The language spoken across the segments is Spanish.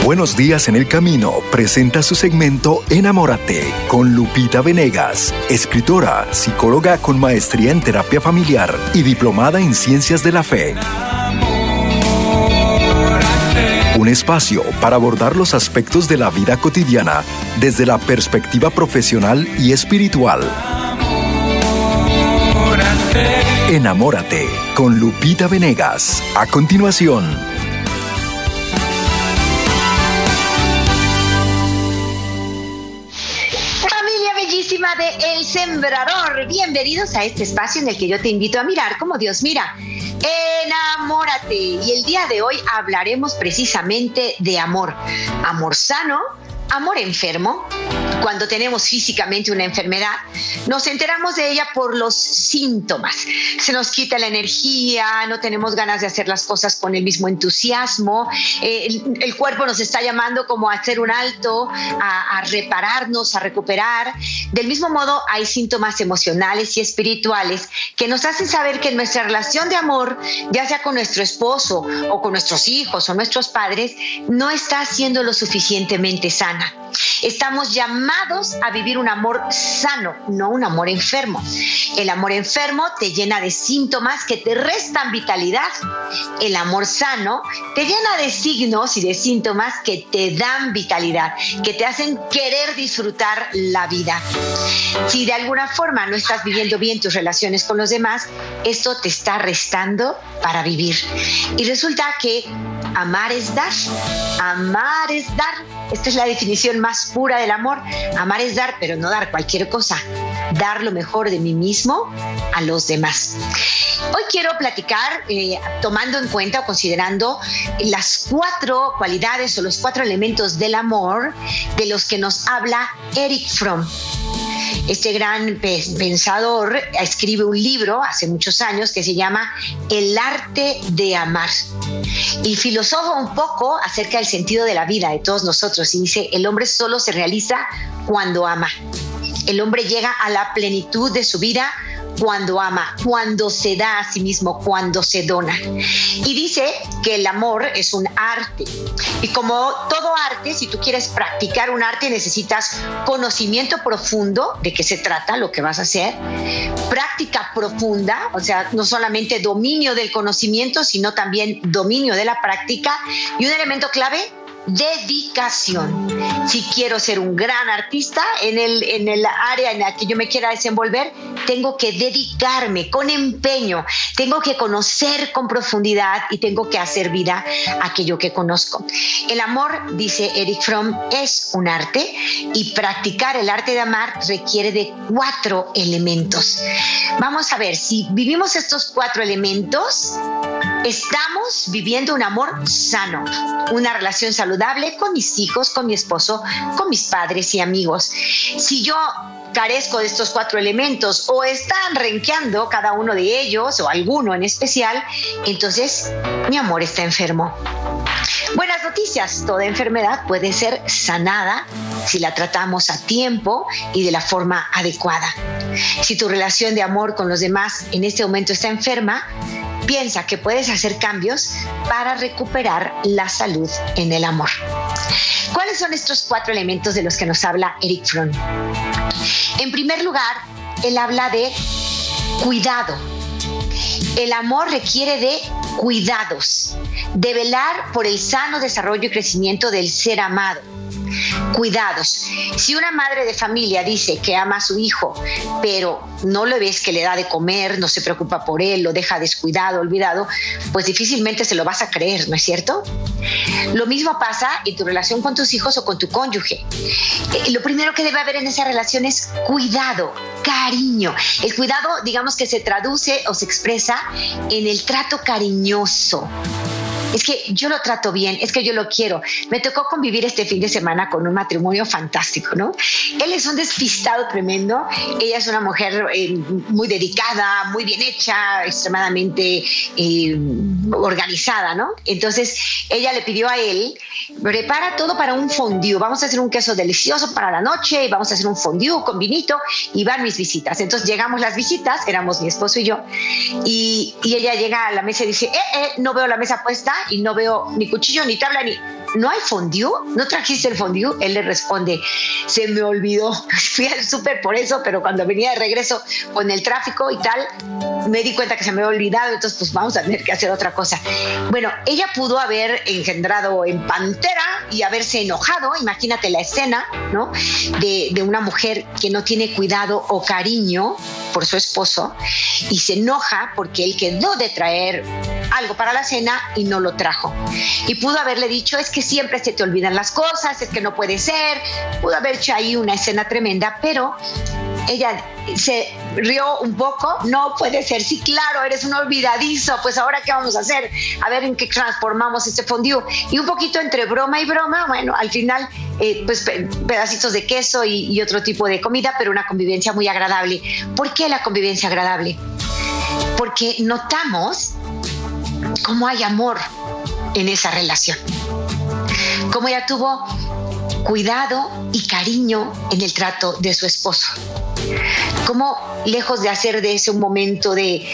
Buenos Días en el Camino presenta su segmento Enamórate con Lupita Venegas, escritora, psicóloga con maestría en terapia familiar y diplomada en ciencias de la fe. Un espacio para abordar los aspectos de la vida cotidiana desde la perspectiva profesional y espiritual. Enamórate con Lupita Venegas. A continuación. De El Sembrador, bienvenidos a este espacio en el que yo te invito a mirar como Dios mira. Enamórate. Y el día de hoy hablaremos precisamente de amor. Amor sano, amor enfermo. Cuando tenemos físicamente una enfermedad, nos enteramos de ella por los síntomas. Se nos quita la energía, no tenemos ganas de hacer las cosas con el mismo entusiasmo. El cuerpo nos está llamando como a hacer un alto, a repararnos, a recuperar. Del mismo modo, hay síntomas emocionales y espirituales que nos hacen saber que nuestra relación de amor, ya sea con nuestro esposo o con nuestros hijos o nuestros padres, no está siendo lo suficientemente sana. Estamos llamados a vivir un amor sano, no un amor enfermo. El amor enfermo te llena de síntomas que te restan vitalidad. El amor sano te llena de signos y de síntomas que te dan vitalidad, que te hacen querer disfrutar la vida. Si de alguna forma no estás viviendo bien tus relaciones con los demás, esto te está restando para vivir. Y resulta que amar es dar. Amar es dar. Esta es la definición más pura del amor. Amar es dar, pero no dar cualquier cosa. Dar lo mejor de mí mismo a los demás. Hoy quiero platicar tomando en cuenta o considerando las 4 cualidades o los 4 elementos del amor de los que nos habla Erich Fromm. Este gran pensador escribe un libro hace muchos años que se llama El arte de amar y filosofa un poco acerca del sentido de la vida de todos nosotros y dice: el hombre solo se realiza cuando ama. El hombre llega a la plenitud de su vida cuando ama, cuando se da a sí mismo, cuando se dona. Y dice que el amor es un arte. Y como todo arte, si tú quieres practicar un arte, necesitas conocimiento profundo de qué se trata lo que vas a hacer, práctica profunda, o sea, no solamente dominio del conocimiento, sino también dominio de la práctica, y un elemento clave: dedicación. Si quiero ser un gran artista en el área en la que yo me quiera desenvolver, tengo que dedicarme con empeño, tengo que conocer con profundidad y tengo que hacer vida aquello que conozco. El amor, dice Erich Fromm, es un arte y practicar el arte de amar requiere de 4 elementos. Vamos a ver, si vivimos estos 4 elementos, estamos viviendo un amor sano, una relación saludable con mis hijos, con mi esposo, con mis padres y amigos. Si yo carezco de estos 4 elementos o están renqueando cada uno de ellos o alguno en especial, entonces mi amor está enfermo. Buenas noticias, toda enfermedad puede ser sanada si la tratamos a tiempo y de la forma adecuada. Si tu relación de amor con los demás en este momento está enferma, piensa que puedes hacer cambios para recuperar la salud en el amor. ¿Cuáles son estos 4 elementos de los que nos habla Erich Fromm? En primer lugar, él habla de cuidado. El amor requiere de cuidados, de velar por el sano desarrollo y crecimiento del ser amado. Cuidados. Si una madre de familia dice que ama a su hijo, pero no le ves que le da de comer, no se preocupa por él, lo deja descuidado, olvidado, pues difícilmente se lo vas a creer, ¿no es cierto? Lo mismo pasa en tu relación con tus hijos o con tu cónyuge. Lo primero que debe haber en esa relación es cuidado, cariño. El cuidado, digamos que se traduce o se expresa en el trato cariñoso. Es que yo lo trato bien, es que yo lo quiero. Me tocó convivir este fin de semana con un matrimonio fantástico, ¿no? Él es un despistado tremendo, ella es una mujer muy dedicada, muy bien hecha, extremadamente organizada, ¿no? Entonces ella le pidió a él: prepara todo para un fondue, vamos a hacer un queso delicioso para la noche y vamos a hacer un fondue con vinito y van mis visitas. Entonces llegamos las visitas, éramos mi esposo y yo, y ella llega a la mesa y dice: no veo la mesa puesta, y no veo ni cuchillo ni tabla ni... ¿No hay fondue? ¿No trajiste el fondue? Él le responde, se me olvidó. Fui al súper por eso, pero cuando venía de regreso con el tráfico y tal, me di cuenta que se me había olvidado, entonces pues vamos a tener que hacer otra cosa. Bueno, ella pudo haber engendrado en pantera y haberse enojado, imagínate la escena, ¿no? De una mujer que no tiene cuidado o cariño por su esposo y se enoja porque él quedó de traer algo para la cena y no lo trajo. Y pudo haberle dicho, es que siempre se te olvidan las cosas, es que no puede ser. Pudo haber hecho ahí una escena tremenda, pero ella se rió un poco. No puede ser, sí, claro, eres un olvidadizo, pues ahora qué vamos a hacer, a ver en qué transformamos este fondue. Y un poquito entre broma y broma, bueno, al final pues pedacitos de queso y otro tipo de comida, pero una convivencia muy agradable. ¿Por qué la convivencia agradable? Porque notamos cómo hay amor en esa relación, cómo ella tuvo cuidado y cariño en el trato de su esposo, cómo lejos de hacer de ese un momento de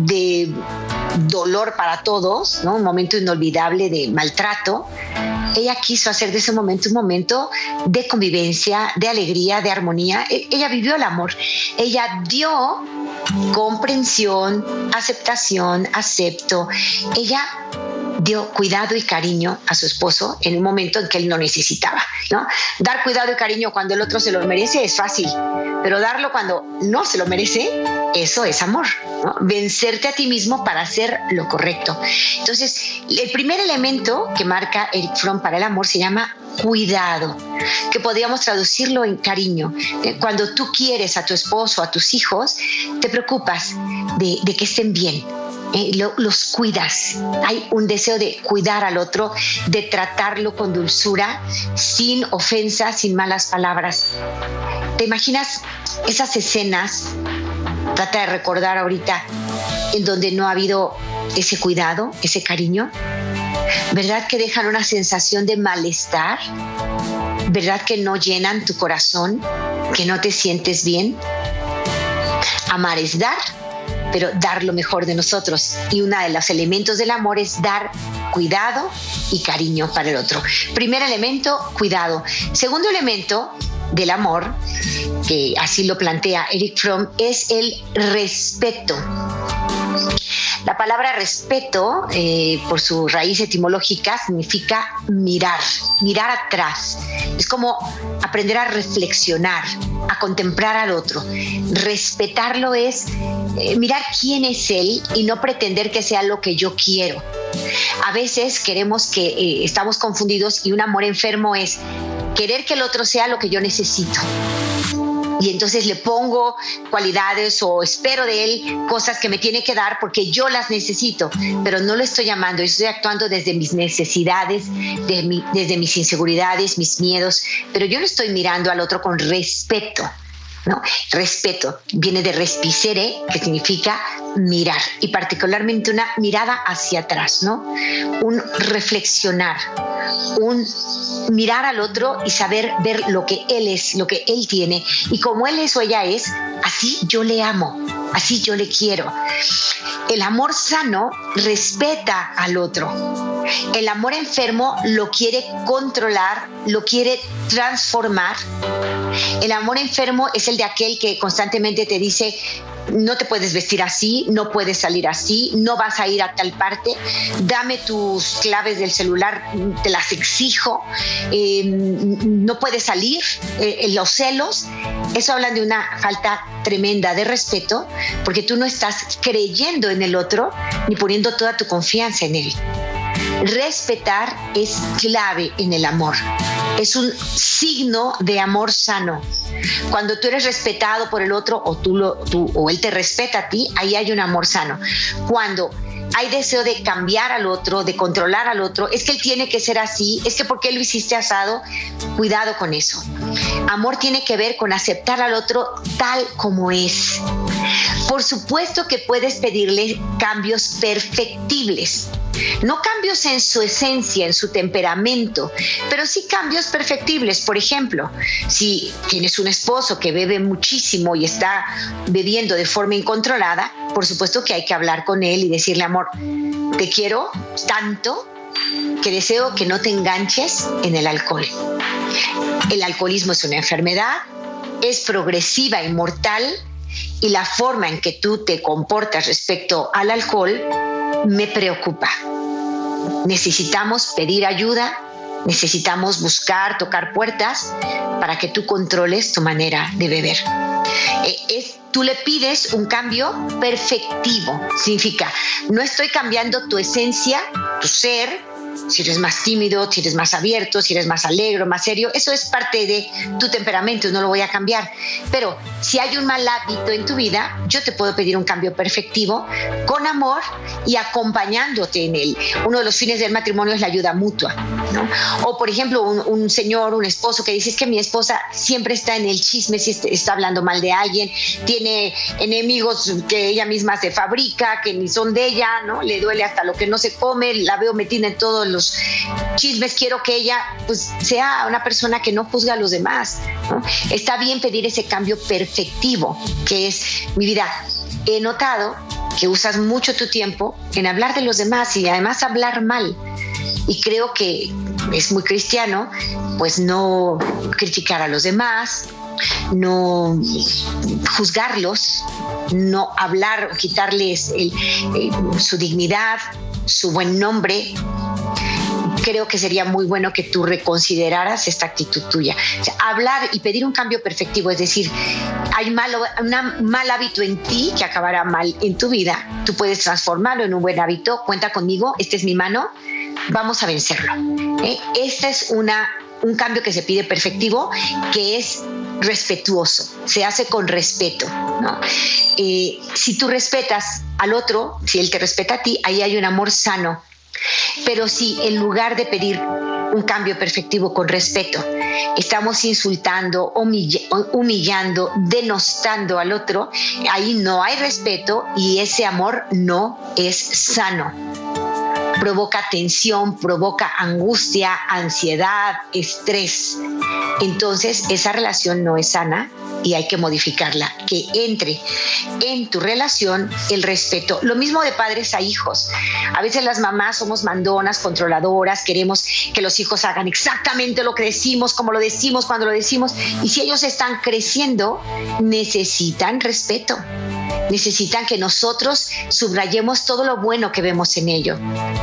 dolor para todos, ¿no? Un momento inolvidable de maltrato, ella quiso hacer de ese momento un momento de convivencia, de alegría, de armonía. Ella vivió el amor, ella dio comprensión, aceptación, acepto. Ella dio cuidado y cariño a su esposo en un momento en que él no necesitaba, ¿no? Dar cuidado y cariño cuando el otro se lo merece es fácil, pero darlo cuando no se lo merece, eso es amor, ¿no? Vencerte a ti mismo para hacer lo correcto. Entonces, el primer elemento que marca Erich Fromm para el amor se llama cuidado, que podríamos traducirlo en cariño. Cuando tú quieres a tu esposo, a tus hijos, te preocupas de que estén bien. Los cuidas. Hay un deseo de cuidar al otro, de tratarlo con dulzura, sin ofensas, sin malas palabras. ¿Te imaginas esas escenas? Trata de recordar ahorita en donde no ha habido ese cuidado, ese cariño. ¿Verdad que dejan una sensación de malestar? ¿Verdad que no llenan tu corazón? ¿Que no te sientes bien? Amar es dar, pero dar lo mejor de nosotros. Y uno de los elementos del amor es dar cuidado y cariño para el otro. Primer elemento, cuidado. Segundo elemento del amor, que así lo plantea Erich Fromm, es el respeto. La palabra respeto, por su raíz etimológica, significa mirar atrás. Es como aprender a reflexionar, a contemplar al otro. Respetarlo es mirar quién es él y no pretender que sea lo que yo quiero. A veces queremos que estamos confundidos y un amor enfermo es querer que el otro sea lo que yo necesito. Y entonces le pongo cualidades o espero de él cosas que me tiene que dar porque yo las necesito, pero no lo estoy amando, estoy actuando desde mis necesidades, desde mis inseguridades, mis miedos, pero yo no estoy mirando al otro con respeto, ¿no? Respeto viene de respicere, que significa mirar, y particularmente una mirada hacia atrás, ¿no? Un reflexionar, un mirar al otro y saber ver lo que él es, lo que él tiene, y como él es o ella es, así yo le amo, así yo le quiero. El amor sano respeta al otro. El amor enfermo lo quiere controlar, lo quiere transformar. El amor enfermo es el de aquel que constantemente te dice: no te puedes vestir así, no puedes salir así, no vas a ir a tal parte, dame tus claves del celular, te las exijo, no puedes salir, los celos. Eso habla de una falta tremenda de respeto, porque tú no estás creyendo en el otro ni poniendo toda tu confianza en él. Respetar es clave en el amor. Es un signo de amor sano. Cuando tú eres respetado por el otro o él te respeta a ti, ahí hay un amor sano. Cuando hay deseo de cambiar al otro, de controlar al otro, es que él tiene que ser así, es que ¿por qué lo hiciste asado? Cuidado con eso. Amor tiene que ver con aceptar al otro tal como es. Por supuesto que puedes pedirle cambios perfectibles. No cambios en su esencia, en su temperamento, pero sí cambios perfectibles. Por ejemplo, si tienes un esposo que bebe muchísimo y está bebiendo de forma incontrolada, por supuesto que hay que hablar con él y decirle: amor, te quiero tanto que deseo que no te enganches en el alcohol. El alcoholismo es una enfermedad, es progresiva y mortal, y la forma en que tú te comportas respecto al alcohol me preocupa. Necesitamos pedir ayuda, necesitamos buscar, tocar puertas para que tú controles tu manera de beber. Tú le pides un cambio perfectivo. Significa, no estoy cambiando tu esencia, tu ser, si eres más tímido, si eres más abierto, si eres más alegre, más serio. Eso es parte de tu temperamento, no lo voy a cambiar. Pero si hay un mal hábito en tu vida, yo te puedo pedir un cambio perfectivo con amor y acompañándote en él. Uno de los fines del matrimonio es la ayuda mutua, ¿no? O, por ejemplo, un señor, un esposo que dice, es que mi esposa siempre está en el chisme, si está hablando mal de alguien, tiene enemigos que ella misma se fabrica, que ni son de ella, ¿no? Le duele hasta lo que no se come, la veo metida en todos los chismes. Quiero que ella pues sea una persona que no juzga a los demás, ¿no? Está bien pedir ese cambio perfectivo, que es, mi vida, he notado que usas mucho tu tiempo en hablar de los demás y además hablar mal, y creo que es muy cristiano pues no criticar a los demás, no juzgarlos, no hablar o quitarles su dignidad, su buen nombre. Creo que sería muy bueno que tú reconsideraras esta actitud tuya. O sea, hablar y pedir un cambio perfectivo, es decir, hay un mal hábito en ti que acabará mal en tu vida. Tú puedes transformarlo en un buen hábito. Cuenta conmigo, esta es mi mano, vamos a vencerlo. Este es un cambio que se pide perfectivo, que es respetuoso, se hace con respeto, ¿no? Si tú respetas al otro, si él te respeta a ti, ahí hay un amor sano. Pero si en lugar de pedir un cambio perfectivo con respeto, estamos insultando, humillando, denostando al otro, ahí no hay respeto y ese amor no es sano. Provoca tensión, provoca angustia, ansiedad, estrés. Entonces esa relación no es sana y hay que modificarla, que entre en tu relación el respeto. Lo mismo de padres a hijos. A veces las mamás somos mandonas, controladoras, queremos que los hijos hagan exactamente lo que decimos, como lo decimos, cuando lo decimos, y si ellos están creciendo, necesitan respeto. Necesitan que nosotros subrayemos todo lo bueno que vemos en ellos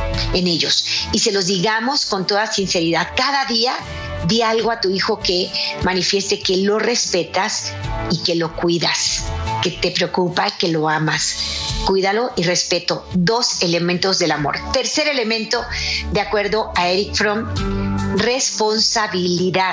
y se los digamos con toda sinceridad. Cada día di algo a tu hijo que manifieste que lo respetas y que lo cuidas, que te preocupa y que lo amas. Cuídalo y respeto, 2 elementos del amor. Tercer elemento, de acuerdo a Erich Fromm, responsabilidad.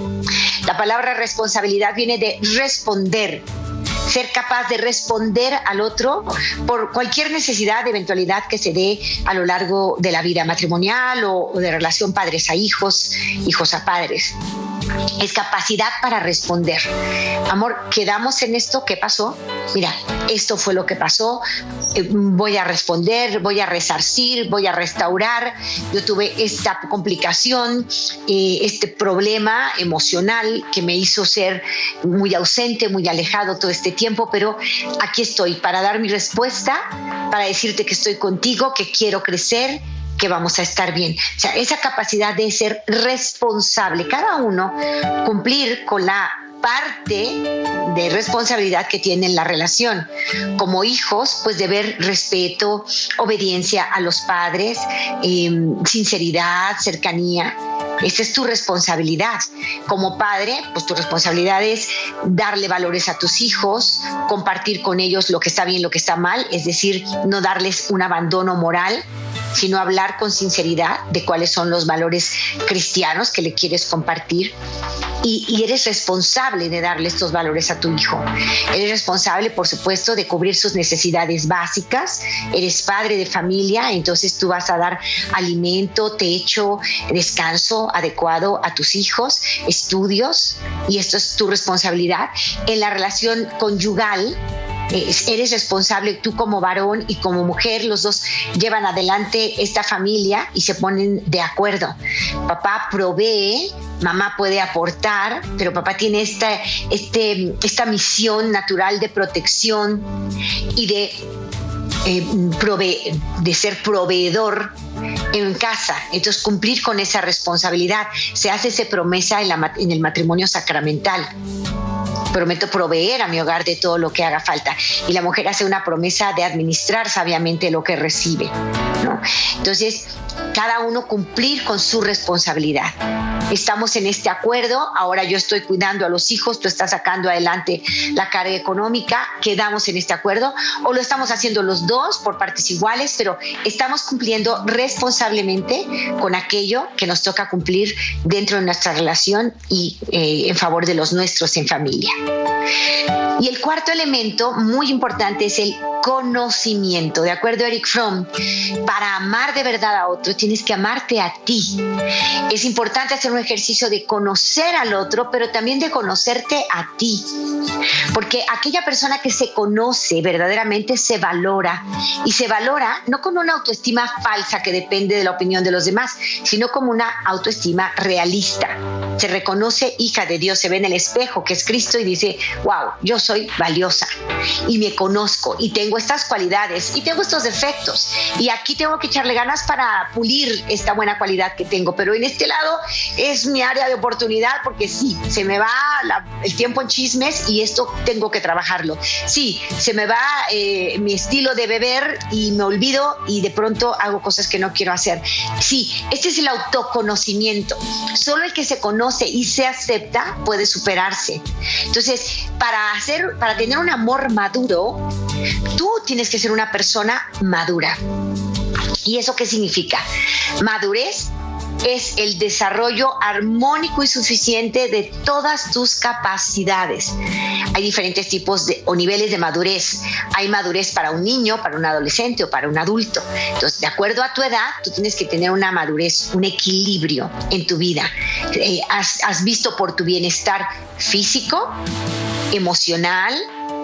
La palabra responsabilidad viene de responder, ser capaz de responder al otro por cualquier necesidad, eventualidad que se dé a lo largo de la vida matrimonial o de relación padres a hijos, hijos a padres. Es capacidad para responder. Amor, quedamos en esto, ¿qué pasó? Mira, esto fue lo que pasó, voy a responder, voy a resarcir, voy a restaurar. Yo tuve esta complicación, este problema emocional que me hizo ser muy ausente, muy alejado todo este tiempo, pero aquí estoy para dar mi respuesta, para decirte que estoy contigo, que quiero crecer, que vamos a estar bien. O sea, esa capacidad de ser responsable, cada uno cumplir con la parte de responsabilidad que tiene en la relación. Como hijos, pues deber respeto, obediencia a los padres, sinceridad, cercanía. Esa es tu responsabilidad. Como padre, pues tu responsabilidad es darle valores a tus hijos, compartir con ellos lo que está bien, lo que está mal, es decir, no darles un abandono moral, sino hablar con sinceridad de cuáles son los valores cristianos que le quieres compartir. Y eres responsable de darle estos valores a tu hijo. Eres responsable, por supuesto, de cubrir sus necesidades básicas. Eres padre de familia, entonces tú vas a dar alimento, techo, descanso adecuado a tus hijos, estudios, y esto es tu responsabilidad. En la relación conyugal, eres responsable, tú como varón y como mujer, los dos llevan adelante esta familia y se ponen de acuerdo. Papá provee, mamá puede aportar, pero papá tiene esta misión natural de protección y de ser proveedor en casa. Entonces, cumplir con esa responsabilidad. Se hace esa promesa en el matrimonio sacramental. Prometo proveer a mi hogar de todo lo que haga falta. Y la mujer hace una promesa de administrar sabiamente lo que recibe, ¿no? Entonces, cada uno cumplir con su responsabilidad. Estamos en este acuerdo, ahora yo estoy cuidando a los hijos, tú estás sacando adelante la carga económica, quedamos en este acuerdo, o lo estamos haciendo los dos por partes iguales, pero estamos cumpliendo responsablemente con aquello que nos toca cumplir dentro de nuestra relación y en favor de los nuestros en familia. Y el cuarto elemento muy importante es el conocimiento. De acuerdo a Erich Fromm, para amar de verdad a otro tienes que amarte a ti. Es importante hacer un ejercicio de conocer al otro, pero también de conocerte a ti. Porque aquella persona que se conoce verdaderamente se valora. Y se valora no con una autoestima falsa que depende de la opinión de los demás, sino como una autoestima realista. Se reconoce hija de Dios, se ve en el espejo que es Cristo y dice, wow, yo soy valiosa y me conozco y tengo estas cualidades y tengo estos defectos y aquí tengo que echarle ganas para pulir esta buena cualidad que tengo, pero en este lado es mi área de oportunidad porque sí, se me va el tiempo en chismes y esto tengo que trabajarlo. Sí, se me va mi estilo de beber y me olvido y de pronto hago cosas que no quiero hacer. Sí, este es el autoconocimiento. Solo el que se conoce y se acepta puede superarse. Entonces, para tener un amor maduro, tú tienes que ser una persona madura. ¿Y eso qué significa? Madurez es el desarrollo armónico y suficiente de todas tus capacidades. Hay diferentes tipos o niveles de madurez. Hay madurez para un niño, para un adolescente o para un adulto. Entonces, de acuerdo a tu edad, tú tienes que tener una madurez, un equilibrio en tu vida. Has visto por tu bienestar físico, emocional,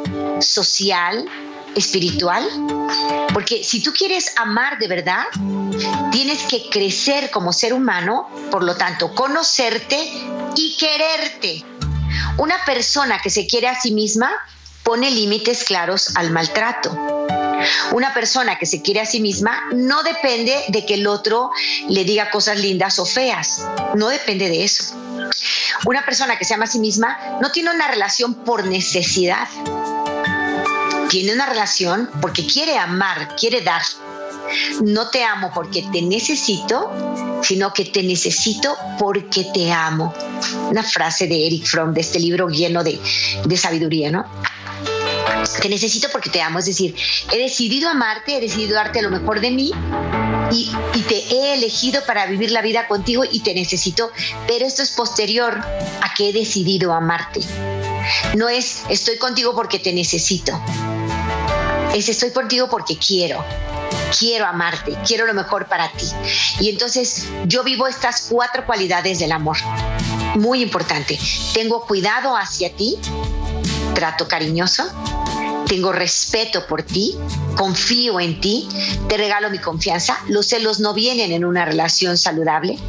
social, espiritual. Porque si tú quieres amar de verdad, tienes que crecer como ser humano, por lo tanto, conocerte y quererte. Una persona que se quiere a sí misma pone límites claros al maltrato. Una persona que se quiere a sí misma no depende de que el otro le diga cosas lindas o feas. No depende de eso. Una persona que se ama a sí misma no tiene una relación por necesidad. Tiene una relación porque quiere amar, quiere dar. No te amo porque te necesito, sino que te necesito porque te amo. Una frase de Erich Fromm, de este libro lleno de sabiduría, ¿no? Te necesito porque te amo, es decir, he decidido amarte, he decidido darte lo mejor de mí y te he elegido para vivir la vida contigo y te necesito, pero esto es posterior a que he decidido amarte. No es estoy contigo porque te necesito, es estoy contigo porque quiero amarte, quiero lo mejor para ti. Y entonces yo vivo estas 4 cualidades del amor. Muy importante. Tengo cuidado hacia ti, trato cariñoso, tengo respeto por ti, confío en ti, te regalo mi confianza. Los celos no vienen en una relación saludable.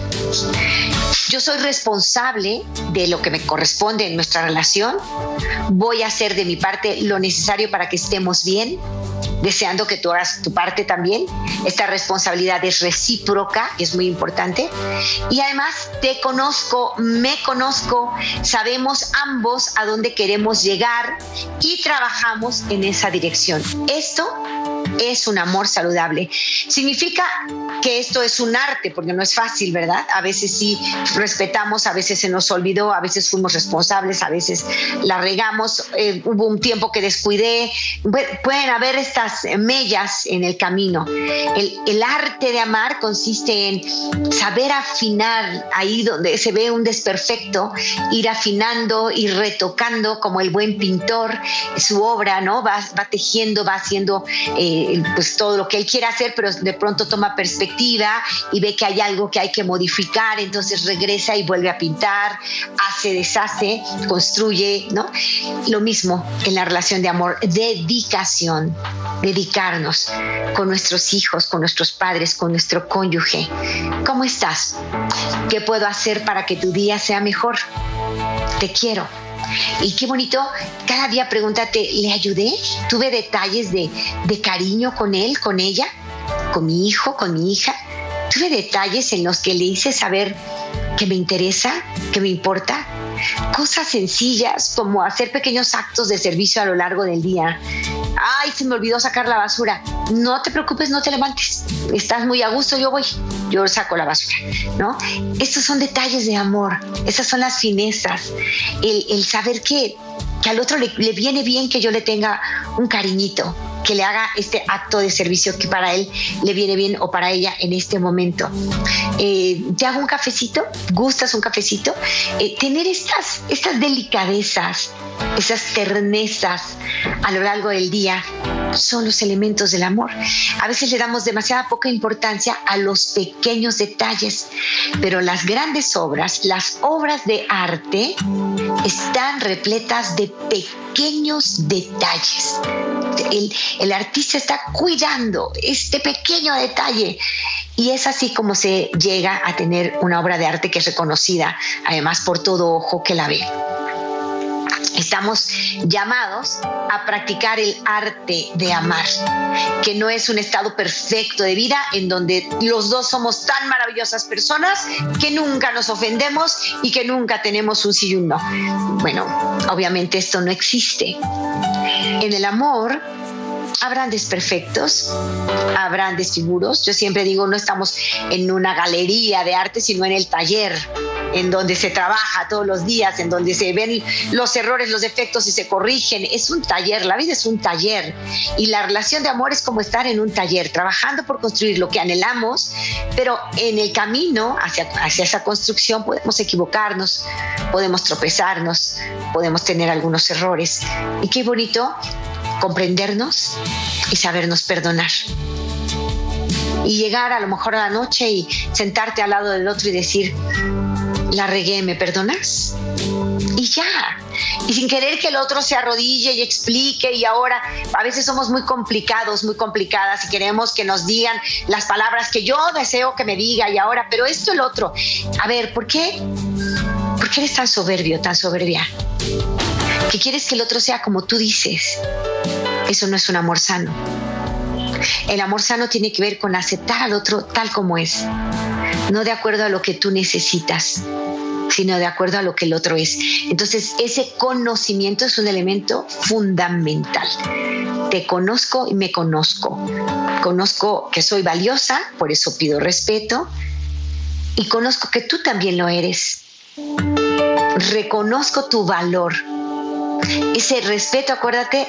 Yo soy responsable de lo que me corresponde en nuestra relación. Voy a hacer de mi parte lo necesario para que estemos bien, deseando que tú hagas tu parte también. Esta responsabilidad es recíproca, es muy importante. Y además te conozco, me conozco, sabemos ambos a dónde queremos llegar y trabajamos en esa dirección. Esto es un amor saludable. Significa que esto es un arte, porque no es fácil, ¿verdad? A veces sí respetamos, a veces se nos olvidó, a veces fuimos responsables, a veces la regamos, hubo un tiempo que descuidé. Pueden haber estas mellas en el camino. El arte de amar consiste en saber afinar ahí donde se ve un desperfecto, ir afinando, ir retocando como el buen pintor su obra, ¿no? Va tejiendo, va haciendo pues todo lo que él quiere hacer, pero de pronto toma perspectiva y ve que hay algo que hay que modificar, entonces regresa y vuelve a pintar, hace, deshace, construye, ¿no? Lo mismo en la relación de amor, dedicación, dedicarnos con nuestros hijos, con nuestros padres, con nuestro cónyuge. ¿Cómo estás? ¿Qué puedo hacer para que tu día sea mejor? Te quiero. Y qué bonito, cada día pregúntate, ¿le ayudé? ¿Tuve detalles de cariño con él, con ella, con mi hijo, con mi hija? tuve detalles en los que le hice saber que me interesa, que me importa. Cosas sencillas como hacer pequeños actos de servicio a lo largo del día. Ay, se me olvidó sacar la basura. No te preocupes, no te levantes. Estás muy a gusto, yo saco la basura, ¿no? Estos son detalles de amor. Esas son las finezas. El saber que al otro le viene bien que yo le tenga un cariñito, que le haga este acto de servicio que para él le viene bien o para ella en este momento. ¿Te hago un cafecito? ¿Gustas un cafecito? Tener estas delicadezas, esas ternezas a lo largo del día son los elementos del amor. A veces le damos demasiada poca importancia a los pequeños detalles, pero las grandes obras, las obras de arte, están repletas de pequeños detalles. El artista está cuidando este pequeño detalle y es así como se llega a tener una obra de arte que es reconocida además por todo ojo que la ve. Estamos llamados a practicar el arte de amar, que no es un estado perfecto de vida en donde los dos somos tan maravillosas personas que nunca nos ofendemos y que nunca tenemos un sí y un no. Bueno, obviamente esto no existe. En el amor habrán desperfectos, habrán desfiguros. Yo siempre digo, no estamos en una galería de arte, sino en el taller, en donde se trabaja todos los días, en donde se ven los errores, los defectos y se corrigen. Es un taller, la vida es un taller. Y la relación de amor es como estar en un taller, trabajando por construir lo que anhelamos, pero en el camino hacia esa construcción podemos equivocarnos, podemos tropezarnos, podemos tener algunos errores. Y qué bonito comprendernos y sabernos perdonar. Y llegar a lo mejor a la noche y sentarte al lado del otro y decir, la regué, ¿me perdonas? Y ya. Y sin querer que el otro se arrodille y explique, y ahora a veces somos muy complicados, muy complicadas y queremos que nos digan las palabras que yo deseo que me diga y ahora, pero esto el otro. A ver, ¿por qué eres tan soberbio, tan soberbia? Que quieres que el otro sea como tú dices. Eso no es un amor sano. El amor sano tiene que ver con aceptar al otro tal como es, no de acuerdo a lo que tú necesitas, sino de acuerdo a lo que el otro es. Entonces, ese conocimiento es un elemento fundamental. Te conozco y me conozco. Conozco que soy valiosa, por eso pido respeto, y conozco que tú también lo eres. Reconozco tu valor. Ese respeto, acuérdate,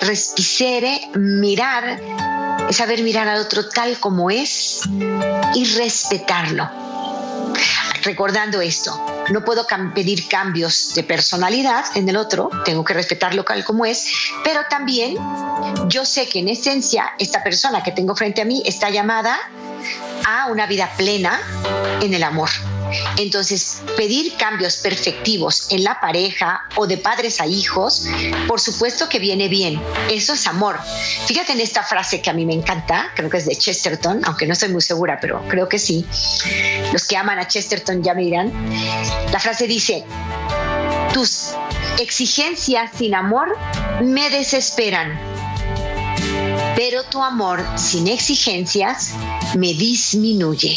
mirar, es saber mirar al otro tal como es y respetarlo. Recordando esto, no puedo pedir cambios de personalidad en el otro, tengo que respetarlo tal como es, pero también yo sé que en esencia esta persona que tengo frente a mí está llamada a una vida plena en el amor. Entonces, pedir cambios perfectivos en la pareja o de padres a hijos, por supuesto que viene bien. Eso es amor. Fíjate en esta frase que a mí me encanta, creo que es de Chesterton, aunque no estoy muy segura, pero creo que sí. Los que aman a Chesterton ya me dirán. La frase dice, tus exigencias sin amor me desesperan, pero tu amor sin exigencias me disminuye.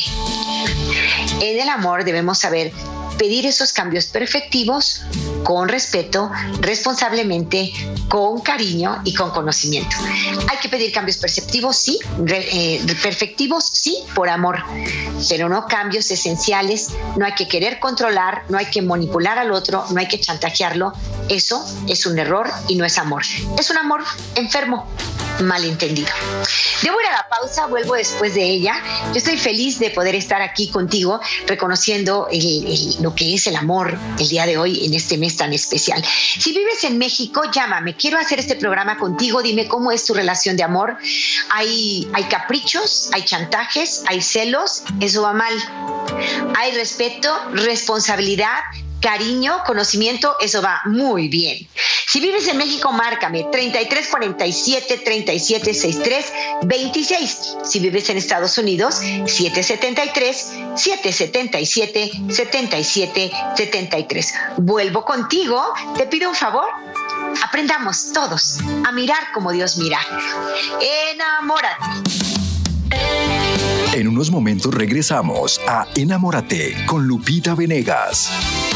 En el amor debemos saber pedir esos cambios perfectivos con respeto, responsablemente, con cariño y con conocimiento. Hay que pedir cambios perceptivos, sí, perfectivos, sí, por amor, pero no cambios esenciales. No hay que querer controlar, no hay que manipular al otro, no hay que chantajearlo. Eso es un error y no es amor. Es un amor enfermo, malentendido. Debo ir a la pausa, vuelvo después de ella. Yo estoy feliz de poder estar aquí contigo, reconociendo lo que es el amor el día de hoy en este mes tan especial. Si vives en México, llámame. Quiero hacer este programa contigo. Dime cómo es tu relación de amor. Hay caprichos, hay chantajes, hay celos. Eso va mal. Hay respeto, responsabilidad, cariño, conocimiento, eso va muy bien. Si vives en México, márcame 33 47 37 63 26. Si vives en Estados Unidos, 773 777 77 73. Vuelvo contigo, te pido un favor. Aprendamos todos a mirar como Dios mira. Enamórate. En unos momentos regresamos a Enamórate con Lupita Venegas.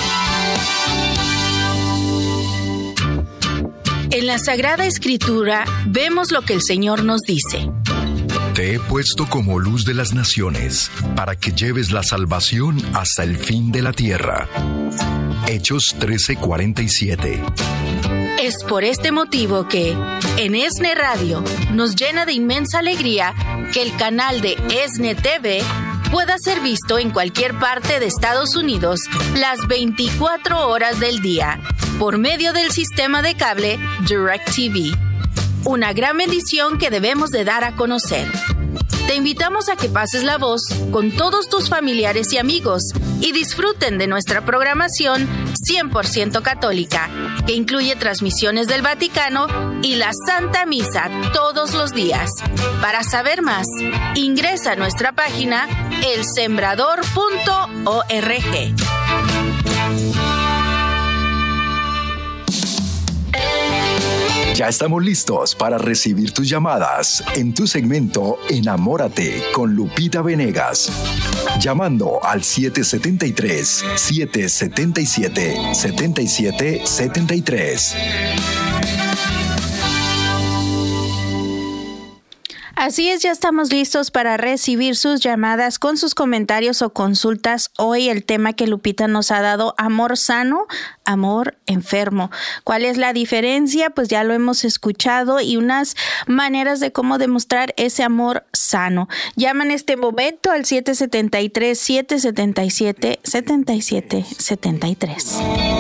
En la Sagrada Escritura vemos lo que el Señor nos dice. Te he puesto como luz de las naciones, para que lleves la salvación hasta el fin de la tierra. Hechos 13:47. Es por este motivo que, en ESNE Radio, nos llena de inmensa alegría que el canal de ESNE TV pueda ser visto en cualquier parte de Estados Unidos las 24 horas del día, por medio del sistema de cable DirecTV. Una gran bendición que debemos de dar a conocer. Te invitamos a que pases la voz con todos tus familiares y amigos y disfruten de nuestra programación 100% católica, que incluye transmisiones del Vaticano y la Santa Misa todos los días. Para saber más, ingresa a nuestra página elsembrador.org. Ya estamos listos para recibir tus llamadas en tu segmento Enamórate con Lupita Venegas. Llamando al 773-777-7773. Así es, ya estamos listos para recibir sus llamadas con sus comentarios o consultas. Hoy el tema que Lupita nos ha dado, amor sano, amor enfermo. ¿Cuál es la diferencia? Pues ya lo hemos escuchado y unas maneras de cómo demostrar ese amor sano. Llama en este momento al 773-777-7773.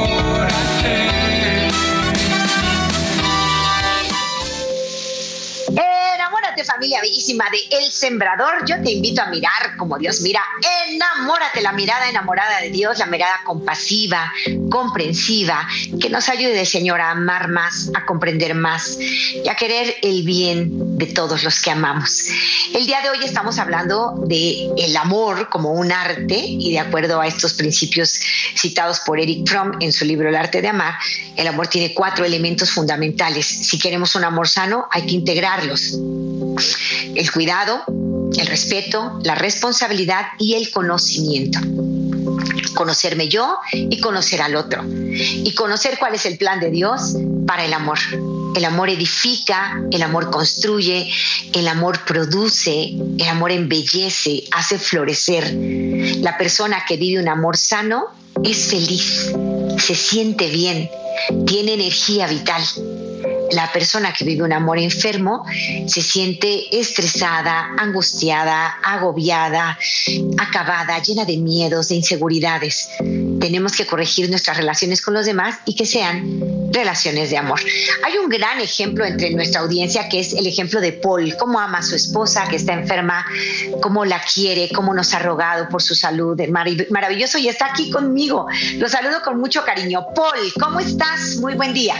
Familia bellísima de El Sembrador, yo te invito a mirar como Dios mira. Enamórate, la mirada enamorada de Dios, la mirada compasiva, comprensiva, que nos ayude, Señor, a amar más, a comprender más y a querer el bien de todos los que amamos. El día de hoy estamos hablando de el amor como un arte, y de acuerdo a estos principios citados por Erich Fromm en su libro El arte de amar, el amor tiene 4 elementos fundamentales. Si queremos un amor sano, hay que integrarlos: el cuidado, el respeto, la responsabilidad y el conocimiento. Conocerme yo y conocer al otro. Y conocer cuál es el plan de Dios para el amor. El amor edifica, el amor construye, el amor produce, el amor embellece, hace florecer. La persona que vive un amor sano es feliz, se siente bien, tiene energía vital. La persona que vive un amor enfermo se siente estresada, angustiada, agobiada, acabada, llena de miedos, de inseguridades. Tenemos que corregir nuestras relaciones con los demás y que sean relaciones de amor. Hay un gran ejemplo entre nuestra audiencia, que es el ejemplo de Paul: cómo ama a su esposa que está enferma, cómo la quiere, cómo nos ha rogado por su salud. Maravilloso, y está aquí conmigo. Lo saludo con mucho cariño. Paul, ¿cómo estás? Muy buen día.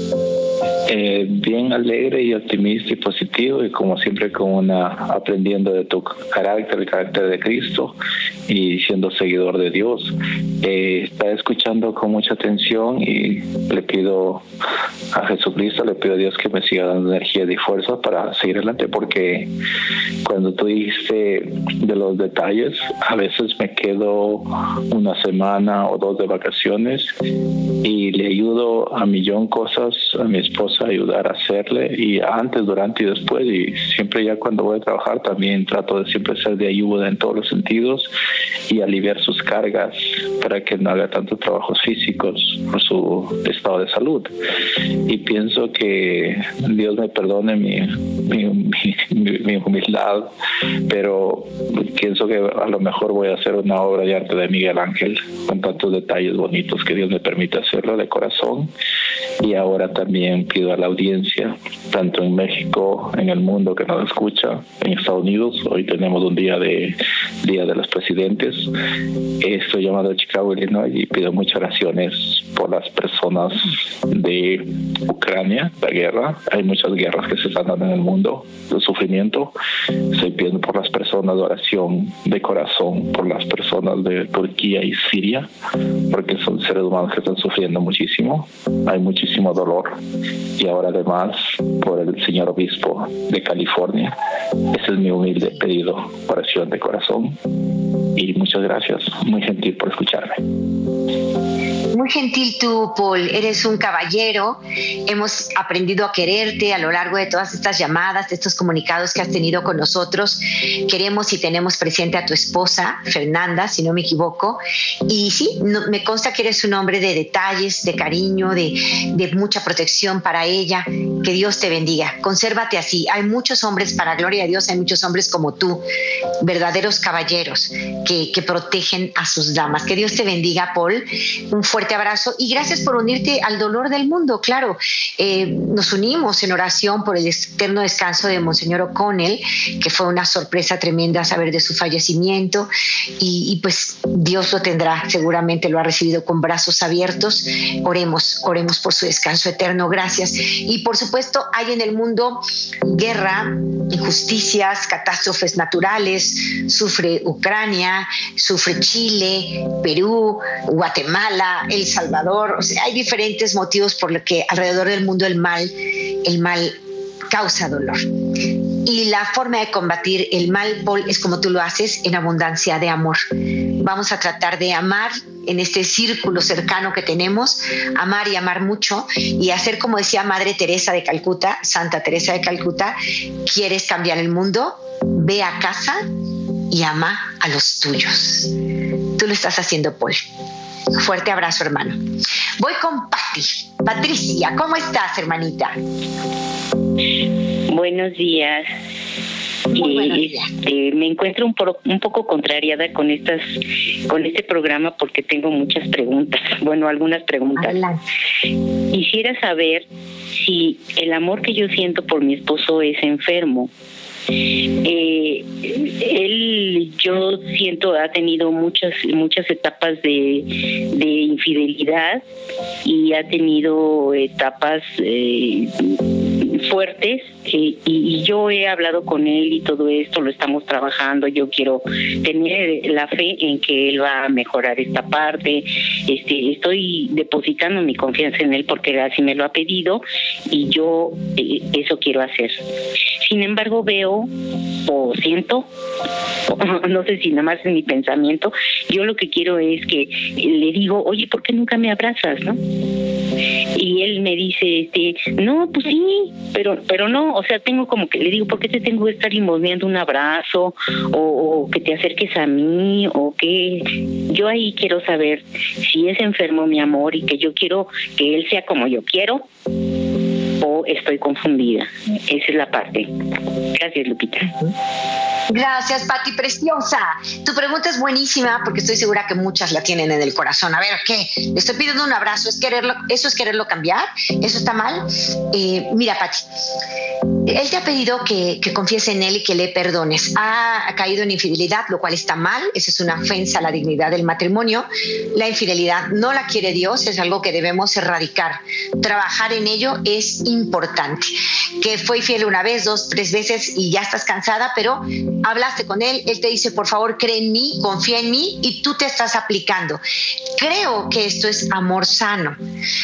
Bien alegre y optimista y positivo, y como siempre aprendiendo de tu carácter, el carácter de Cristo, y siendo seguidor de Dios. Está escuchando con mucha atención y le pido a Jesucristo, le pido a Dios que me siga dando energía y fuerza para seguir adelante, porque cuando tú dijiste de los detalles, a veces me quedo una semana o 2 de vacaciones y le ayudo a millón cosas a mi esposa, ayudar a hacerle, y antes, durante y después, y siempre ya cuando voy a trabajar también trato de siempre ser de ayuda en todos los sentidos y aliviar sus cargas para que no haga tantos trabajos físicos por su estado de salud. Y pienso que Dios me perdone mi humildad, pero pienso que a lo mejor voy a hacer una obra de arte de Miguel Ángel con tantos detalles bonitos que Dios me permite hacerlo de corazón. Y ahora también pido a la audiencia, tanto en México, en el mundo que nos escucha, en Estados Unidos. Hoy tenemos un Día de los Presidentes. Estoy llamando a Chicago, Illinois, y pido muchas oraciones por las personas de Ucrania, la guerra. Hay muchas guerras que se están dando en el mundo, el sufrimiento. Estoy pidiendo por las personas de oración de corazón, por las personas de Turquía y Siria, porque son seres humanos que están sufriendo muchísimo. Hay muchísimo dolor. y ahora además por el señor obispo de California. Ese es mi humilde pedido, oración de corazón. Y muchas gracias, muy gentil por escucharme. Muy gentil tú, Paul, eres un caballero. Hemos aprendido a quererte a lo largo de todas estas llamadas, de estos comunicados que has tenido con nosotros. Queremos y tenemos presente a tu esposa, Fernanda, si no me equivoco. Y sí, me consta que eres un hombre de detalles, de cariño, de mucha protección para ella. Que Dios te bendiga. Consérvate así. Hay muchos hombres, para gloria de Dios, hay muchos hombres como tú, verdaderos caballeros que protegen a sus damas. Que Dios te bendiga, Paul. Un fuerte abrazo y gracias por unirte al dolor del mundo. Claro, nos unimos en oración por el eterno descanso de Monseñor O'Connell, que fue una sorpresa tremenda saber de su fallecimiento y pues Dios lo tendrá, seguramente lo ha recibido con brazos abiertos. Oremos por su descanso eterno. Gracias. Y por supuesto hay en el mundo guerra, injusticias, catástrofes naturales. Sufre Ucrania, sufre Chile, Perú, Guatemala, El Salvador. O sea, hay diferentes motivos por los que alrededor del mundo el mal causa dolor. Y la forma de combatir el mal, Paul, es como tú lo haces, en abundancia de amor. Vamos a tratar de amar en este círculo cercano que tenemos, amar y amar mucho y hacer como decía Madre Teresa de Calcuta, Santa Teresa de Calcuta: ¿quieres cambiar el mundo? Ve a casa y ama a los tuyos. Tú lo estás haciendo, Paul. Fuerte abrazo, hermano. Voy con Pati. Patricia, ¿cómo estás, hermanita? Buenos días. Me encuentro un poco contrariada con este programa porque tengo muchas preguntas. Bueno, algunas preguntas. Adelante. Quisiera saber si el amor que yo siento por mi esposo es enfermo. Él, yo siento, ha tenido muchas etapas de infidelidad y ha tenido etapas fuertes, y yo he hablado con él y todo esto lo estamos trabajando. Yo quiero tener la fe en que él va a mejorar esta parte. Estoy depositando mi confianza en él porque así me lo ha pedido y yo eso quiero hacer. Sin embargo, veo o siento, no sé si nada más es mi pensamiento, yo lo que quiero es que le digo: oye, ¿por qué nunca me abrazas, no? Y él me dice, no, pues sí, pero no, o sea, tengo como que le digo: ¿por qué te tengo que estar limosneando un abrazo o que te acerques a mí o qué? Yo ahí quiero saber si es enfermo mi amor y que yo quiero que él sea como yo quiero, o estoy confundida. Esa es la parte. Gracias, Lupita. Gracias, Pati, preciosa. Tu pregunta es buenísima porque estoy segura que muchas la tienen en el corazón. A ver, ¿qué? Le estoy pidiendo un abrazo. ¿Eso es quererlo cambiar? ¿Eso está mal? Mira, Pati, él te ha pedido que confíes en él y que le perdones. Ha caído en infidelidad, lo cual está mal. Eso es una ofensa a la dignidad del matrimonio. La infidelidad no la quiere Dios, es algo que debemos erradicar. Trabajar en ello es importante. Que fue infiel una vez, 2, 3 veces y ya estás cansada, pero hablaste con él, él te dice: por favor, cree en mí, confía en mí, y tú te estás aplicando. Creo que esto es amor sano,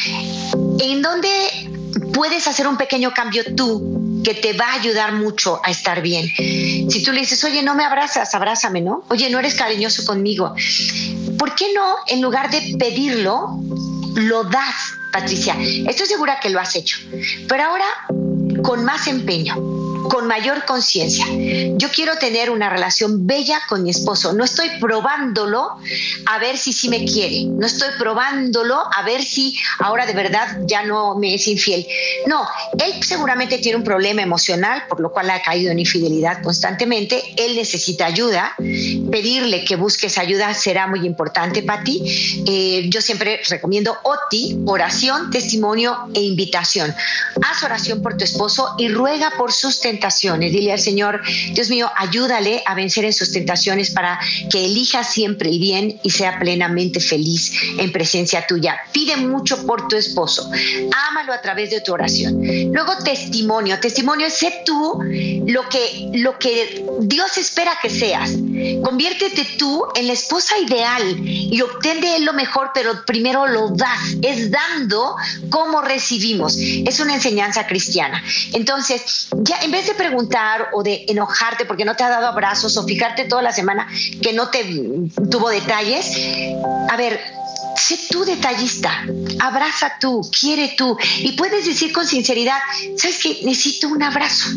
en donde puedes hacer un pequeño cambio tú que te va a ayudar mucho a estar bien. Si tú le dices: oye, no me abrazas, abrázame, ¿no? Oye, no eres cariñoso conmigo. ¿Por qué no, en lugar de pedirlo, lo das, Patricia? Estoy segura que lo has hecho, pero ahora con más empeño, con mayor conciencia. Yo quiero tener una relación bella con mi esposo. No estoy probándolo a ver si sí me quiere. No estoy probándolo a ver si ahora de verdad ya no me es infiel. No, él seguramente tiene un problema emocional, por lo cual ha caído en infidelidad constantemente. Él necesita ayuda. Pedirle que busques ayuda será muy importante, Pati. Yo siempre recomiendo OTI, oración, testimonio e invitación. Haz oración por tu esposo y ruega por sus tentaciones. Dile al Señor: Dios mío, ayúdale a vencer en sus tentaciones para que elija siempre el bien y sea plenamente feliz en presencia tuya. Pide mucho por tu esposo. Ámalo a través de tu oración. Luego, testimonio. Testimonio es: sé tú lo que Dios espera que seas. Conviértete tú en la esposa ideal y obtén de él lo mejor, pero primero lo das. Es dando como recibimos. Es una enseñanza cristiana. Entonces, ya en vez de preguntar o de enojarte porque no te ha dado abrazos o fijarte toda la semana que no te tuvo detalles, a ver, sé tú detallista, abraza tú, quiere tú, y puedes decir con sinceridad, ¿sabes qué? Necesito un abrazo,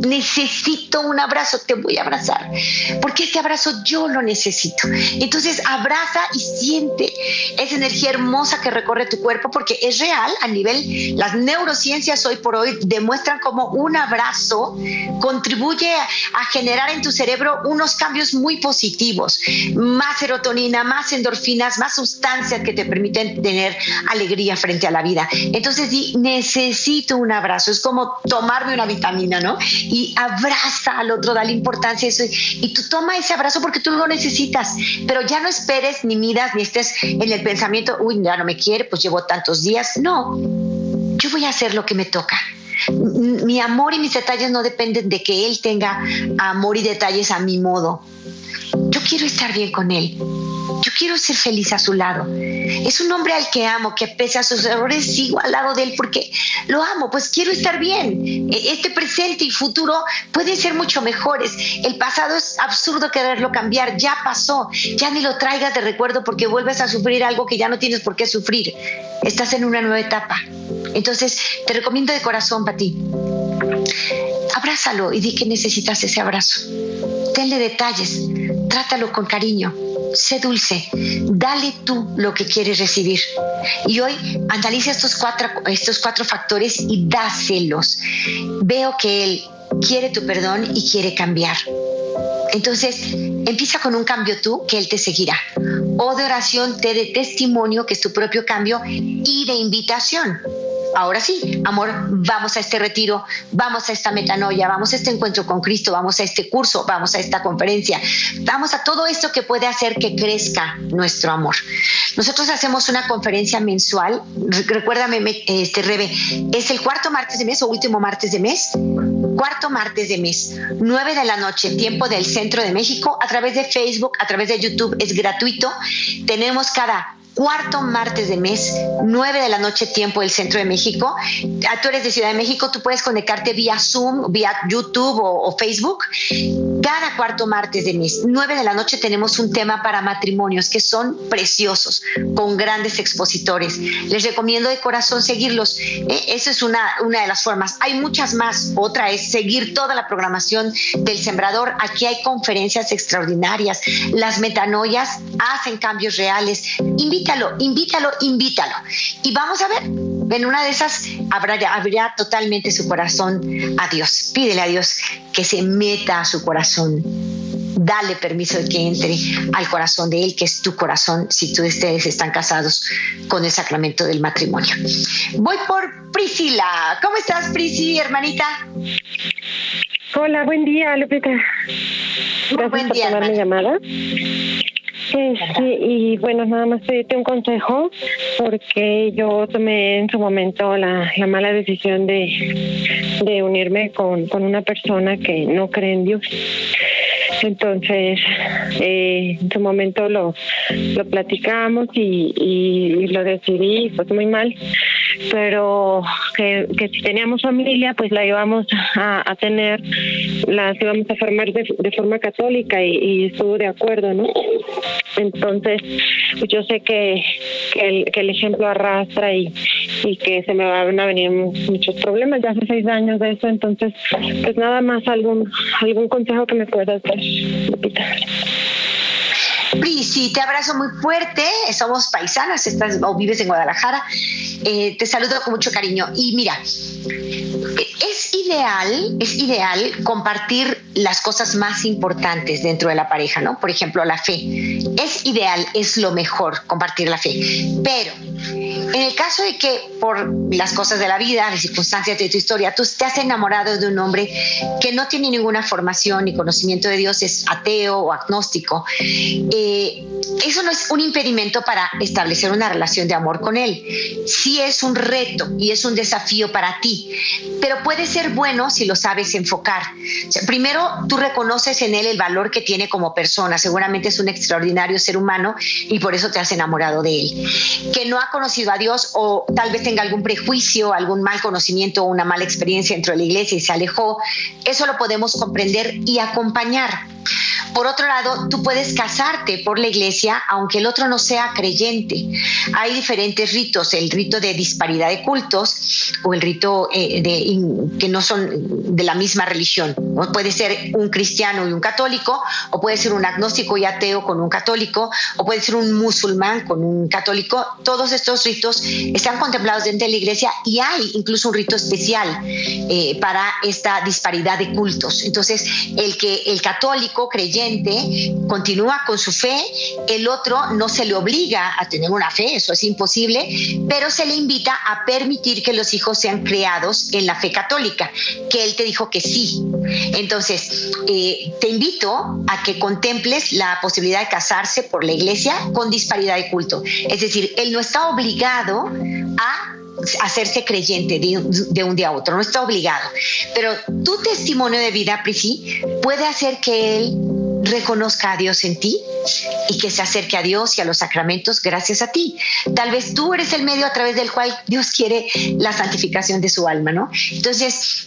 te voy a abrazar, porque este abrazo yo lo necesito. Entonces abraza y siente esa energía hermosa que recorre tu cuerpo, porque es real a nivel, las neurociencias hoy por hoy demuestran cómo un abrazo contribuye a generar en tu cerebro unos cambios muy positivos, más serotonina, más endorfinas, más sustancias que te permiten tener alegría frente a la vida. Entonces necesito un abrazo, es como tomarme una vitamina, ¿no? Y abraza al otro, dale importancia a eso, y tú toma ese abrazo porque tú lo necesitas, pero ya no esperes ni midas ni estés en el pensamiento, uy, ya no me quiere, pues llevo tantos días. No, yo voy a hacer lo que me toca. Mi amor y mis detalles no dependen de que él tenga amor y detalles a mi modo. Yo quiero estar bien con él. Yo quiero ser feliz a su lado. Es un hombre al que amo, que pese a sus errores sigo al lado de él porque lo amo, pues quiero estar bien. Este presente y futuro pueden ser mucho mejores. El pasado es absurdo quererlo cambiar, ya pasó. Ya ni lo traigas de recuerdo porque vuelves a sufrir algo que ya no tienes por qué sufrir. Estás en una nueva etapa. Entonces, te recomiendo de corazón, Pati, abrázalo y di que necesitas ese abrazo. Tenle detalles, trátalo con cariño. Sé dulce, dale tú lo que quieres recibir. Y hoy analiza estos cuatro factores y dáselos. Veo que él quiere tu perdón y quiere cambiar. Entonces, empieza con un cambio tú, que él te seguirá. O de oración, de testimonio, que es tu propio cambio, y de invitación. Ahora sí, amor, vamos a este retiro, vamos a esta metanoia, vamos a este encuentro con Cristo, vamos a este curso, vamos a esta conferencia, vamos a todo esto que puede hacer que crezca nuestro amor. Nosotros hacemos una conferencia mensual, recuérdame, Rebe, es el cuarto martes de mes o último martes de mes. Cuarto martes de mes, 9 de la noche, tiempo del centro de México, a través de Facebook, a través de YouTube, es gratuito. Tenemos cada cuarto martes de mes, 9 de la noche, tiempo del centro de México. Tú eres de Ciudad de México, tú puedes conectarte vía Zoom, vía YouTube o Facebook. Cada cuarto martes de mes, 9 de la noche, tenemos un tema para matrimonios que son preciosos, con grandes expositores. Les recomiendo de corazón seguirlos. Esa es una de las formas. Hay muchas más. Otra es seguir toda la programación del Sembrador. Aquí hay conferencias extraordinarias. Las metanoias hacen cambios reales. Invítalo. Y vamos a ver, en una de esas abrirá totalmente su corazón a Dios. Pídele a Dios que se meta a su corazón. Dale permiso de que entre al corazón de él, que es tu corazón, si ustedes están casados con el sacramento del matrimonio. Voy por Priscila. ¿Cómo estás, Prisi, hermanita? Hola, buen día, Lupita. Gracias por tomar mi llamada. Y bueno, nada más pedirte un consejo, porque yo tomé en su momento la mala decisión de unirme con una persona que no cree en Dios. Entonces, en su momento lo platicamos y lo decidí, pues muy mal, pero que si teníamos familia, pues la íbamos a tener, las íbamos a formar de forma católica y estuvo de acuerdo, ¿no? Entonces, pues yo sé que el ejemplo arrastra y que se me van a venir muchos problemas. Ya hace 6 años de eso, entonces, pues nada más algún consejo que me puedas dar, Lupita. Prisi, te abrazo muy fuerte. Somos paisanas, o vives en Guadalajara. Te saludo con mucho cariño. Y mira, es ideal compartir las cosas más importantes dentro de la pareja, ¿no? Por ejemplo, la fe. Es ideal, es lo mejor compartir la fe. Pero En el caso de que por las cosas de la vida, las circunstancias de tu historia, tú te has enamorado de un hombre que no tiene ninguna formación ni conocimiento de Dios, es ateo o agnóstico, eso no es un impedimento para establecer una relación de amor con él. Sí es un reto y es un desafío para ti, pero puede ser bueno si lo sabes enfocar. O sea, primero, tú reconoces en él el valor que tiene como persona. Seguramente es un extraordinario ser humano y por eso te has enamorado de él. Que no ha conocido a Dios o tal vez tenga algún prejuicio, algún mal conocimiento o una mala experiencia dentro de la iglesia y se alejó, eso lo podemos comprender y acompañar. Por otro lado, tú puedes casarte por la iglesia aunque el otro no sea creyente. Hay diferentes ritos, el rito de disparidad de cultos o el rito que no son de la misma religión. ¿No? Puede ser un cristiano y un católico, o puede ser un agnóstico y ateo con un católico, o puede ser un musulmán con un católico. Todos estos ritos están contemplados dentro de la iglesia y hay incluso un rito especial para esta disparidad de cultos. Entonces, el católico creyente continúa con su fe, el otro no se le obliga a tener una fe, eso es imposible, pero se le invita a permitir que los hijos sean creados en la fe católica, que él te dijo que sí. Entonces, te invito a que contemples la posibilidad de casarse por la iglesia con disparidad de culto. Es decir, él no está obligado a hacerse creyente de un día a otro, no está obligado. Pero tu testimonio de vida, Prisi, puede hacer que él reconozca a Dios en ti y que se acerque a Dios y a los sacramentos gracias a ti. Tal vez tú eres el medio a través del cual Dios quiere la santificación de su alma, ¿no? Entonces,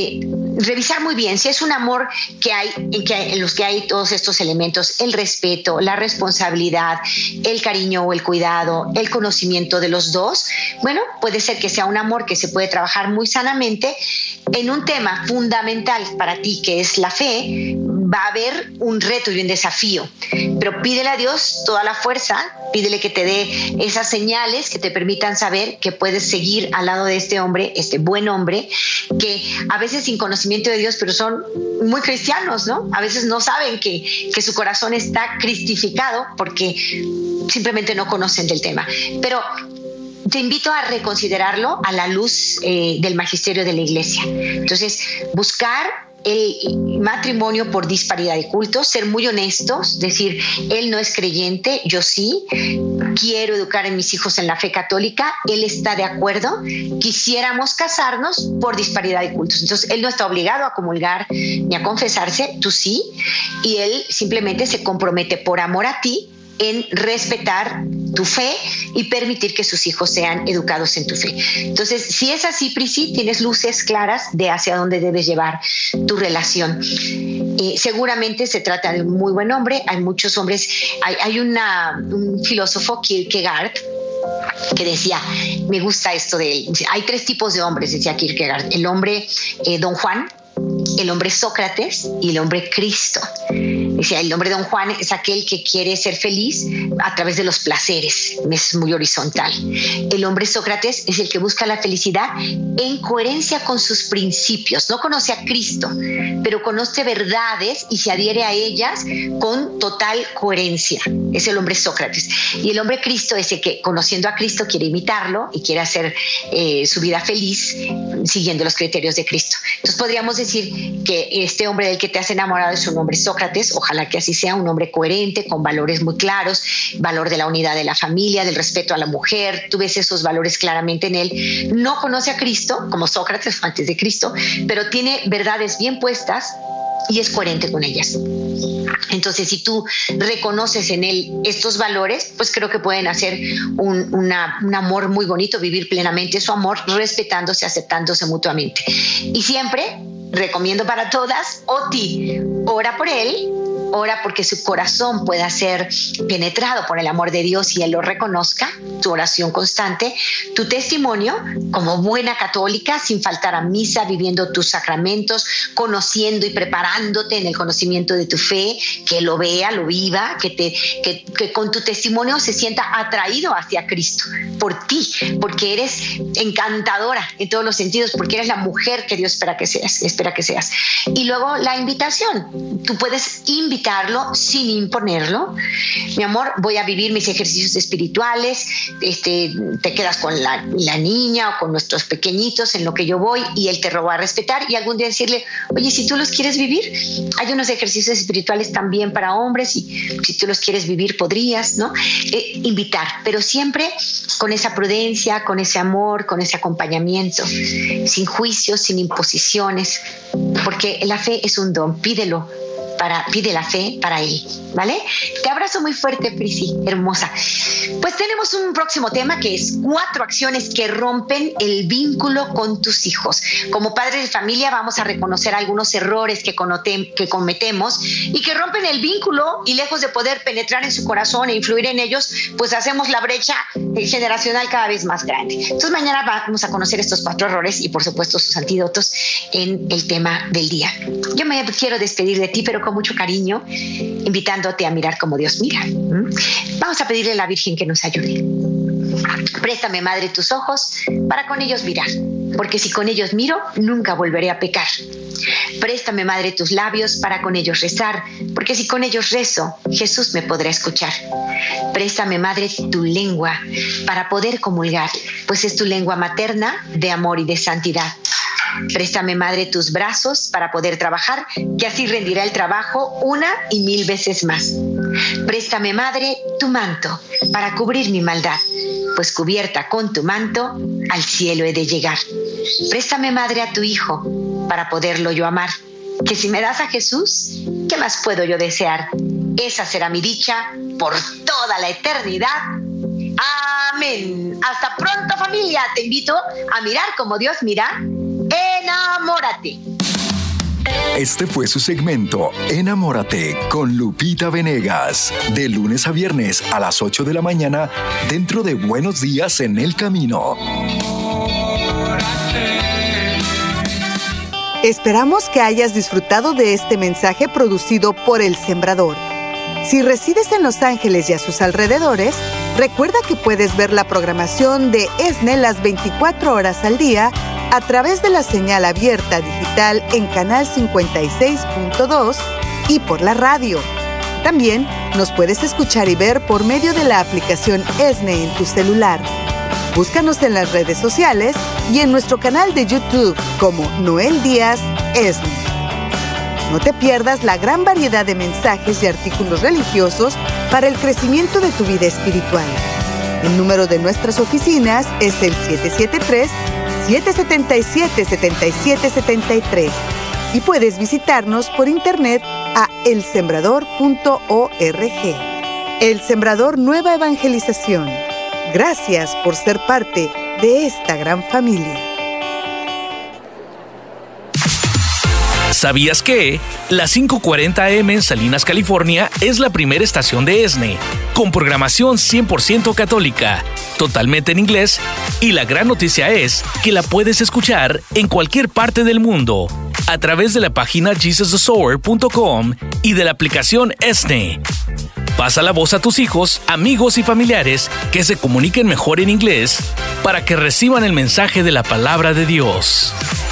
revisar muy bien si es un amor que hay en los que hay todos estos elementos: el respeto, la responsabilidad, el cariño o el cuidado, el conocimiento de los dos. Bueno, puede ser que sea un amor que se puede trabajar muy sanamente en un tema fundamental para ti, que es la fe. Va a haber un reto y un desafío, pero pídele a Dios toda la fuerza, pídele que te dé esas señales que te permitan saber que puedes seguir al lado de este hombre, este buen hombre, que a veces sin conocimiento de Dios, pero son muy cristianos, ¿no? A veces no saben que su corazón está cristificado porque simplemente no conocen del tema. Pero te invito a reconsiderarlo a la luz del magisterio de la iglesia. Entonces, buscar el matrimonio por disparidad de cultos, ser muy honestos, decir, él no es creyente, yo sí, quiero educar a mis hijos en la fe católica, él está de acuerdo, quisiéramos casarnos por disparidad de cultos. Entonces, él no está obligado a comulgar ni a confesarse, tú sí, y él simplemente se compromete por amor a ti en respetar tu fe y permitir que sus hijos sean educados en tu fe. Entonces, si es así, Prisi, tienes luces claras de hacia dónde debes llevar tu relación. Seguramente se trata de un muy buen hombre. Hay muchos hombres. Hay un filósofo, Kierkegaard, que decía, me gusta esto de él. Hay 3 tipos de hombres, decía Kierkegaard: el hombre Don Juan, el hombre Sócrates y el hombre Cristo. Decía, el hombre Don Juan es aquel que quiere ser feliz a través de los placeres, es muy horizontal. El hombre Sócrates es el que busca la felicidad en coherencia con sus principios. No conoce a Cristo, pero conoce verdades y se adhiere a ellas con total coherencia. Es el hombre Sócrates. Y el hombre Cristo es el que, conociendo a Cristo, quiere imitarlo y quiere hacer su vida feliz siguiendo los criterios de Cristo. Entonces podríamos decir que este hombre del que te has enamorado es un hombre Sócrates. Ojalá que así sea, un hombre coherente, con valores muy claros, valor de la unidad de la familia, del respeto a la mujer. Tú ves esos valores claramente en él. No conoce a Cristo, como Sócrates antes de Cristo, pero tiene verdades bien puestas y es coherente con ellas. Entonces, si tú reconoces en él estos valores, pues creo que pueden hacer un amor muy bonito, vivir plenamente su amor, respetándose, aceptándose mutuamente. Y siempre recomiendo para todas, Oti, ora por él, ora porque su corazón pueda ser penetrado por el amor de Dios y él lo reconozca, tu oración constante, tu testimonio como buena católica, sin faltar a misa, viviendo tus sacramentos, conociendo y preparándote en el conocimiento de tu fe, que lo vea, lo viva, que con tu testimonio se sienta atraído hacia Cristo, por ti, porque eres encantadora en todos los sentidos, porque eres la mujer que Dios espera que seas. Y luego la invitación, tú puedes invitar invitarlo sin imponerlo. Mi amor, voy a vivir mis ejercicios espirituales, te quedas con la niña o con nuestros pequeñitos en lo que yo voy, y él te lo va a respetar, y algún día decirle, oye, si tú los quieres vivir, hay unos ejercicios espirituales también para hombres, y si tú los quieres vivir podrías, ¿no? Invitar, pero siempre con esa prudencia, con ese amor, con ese acompañamiento, sin juicios, sin imposiciones, porque la fe es un don. Pide la fe para él, ¿vale? Te abrazo muy fuerte, Prisi, hermosa. Pues tenemos un próximo tema que es 4 acciones que rompen el vínculo con tus hijos. Como padres de familia vamos a reconocer algunos errores que cometemos y que rompen el vínculo, y lejos de poder penetrar en su corazón e influir en ellos, pues hacemos la brecha generacional cada vez más grande. Entonces mañana vamos a conocer estos 4 errores y por supuesto sus antídotos en el tema del día. Yo me quiero despedir de ti, pero con mucho cariño, invitándote a mirar como Dios mira. Vamos a pedirle a la Virgen que nos ayude. Préstame, Madre, tus ojos para con ellos mirar, porque si con ellos miro, nunca volveré a pecar. Préstame, Madre, tus labios para con ellos rezar, porque si con ellos rezo, Jesús me podrá escuchar. Préstame, Madre, tu lengua para poder comulgar, pues es tu lengua materna de amor y de santidad. Préstame, Madre, tus brazos para poder trabajar, que así rendirá el trabajo 1 y 1000 veces más. Préstame, Madre, tu manto para cubrir mi maldad, pues cubierta con tu manto al cielo he de llegar. Préstame, Madre, a tu Hijo para poderlo yo amar, que si me das a Jesús, ¿qué más puedo yo desear? Esa será mi dicha por toda la eternidad. Amén. Hasta pronto, familia. Te invito a mirar como Dios mira. Enamórate. Este fue su segmento Enamórate con Lupita Venegas, de lunes a viernes a las 8 de la mañana, dentro de Buenos Días en el Camino. Esperamos que hayas disfrutado de este mensaje producido por El Sembrador. Si resides en Los Ángeles y a sus alrededores, recuerda que puedes ver la programación de ESNE las 24 horas al día a través de la señal abierta digital en Canal 56.2 y por la radio. También nos puedes escuchar y ver por medio de la aplicación ESNE en tu celular. Búscanos en las redes sociales y en nuestro canal de YouTube como Noel Díaz ESNE. No te pierdas la gran variedad de mensajes y artículos religiosos para el crecimiento de tu vida espiritual. El número de nuestras oficinas es el 773-777-7773 y puedes visitarnos por internet a elsembrador.org. El Sembrador Nueva Evangelización. Gracias por ser parte de esta gran familia. ¿Sabías que? La 540M en Salinas, California, es la primera estación de ESNE, con programación 100% católica, totalmente en inglés, y la gran noticia es que la puedes escuchar en cualquier parte del mundo, a través de la página JesusTheSower.com y de la aplicación ESNE. Pasa la voz a tus hijos, amigos y familiares que se comuniquen mejor en inglés para que reciban el mensaje de la palabra de Dios.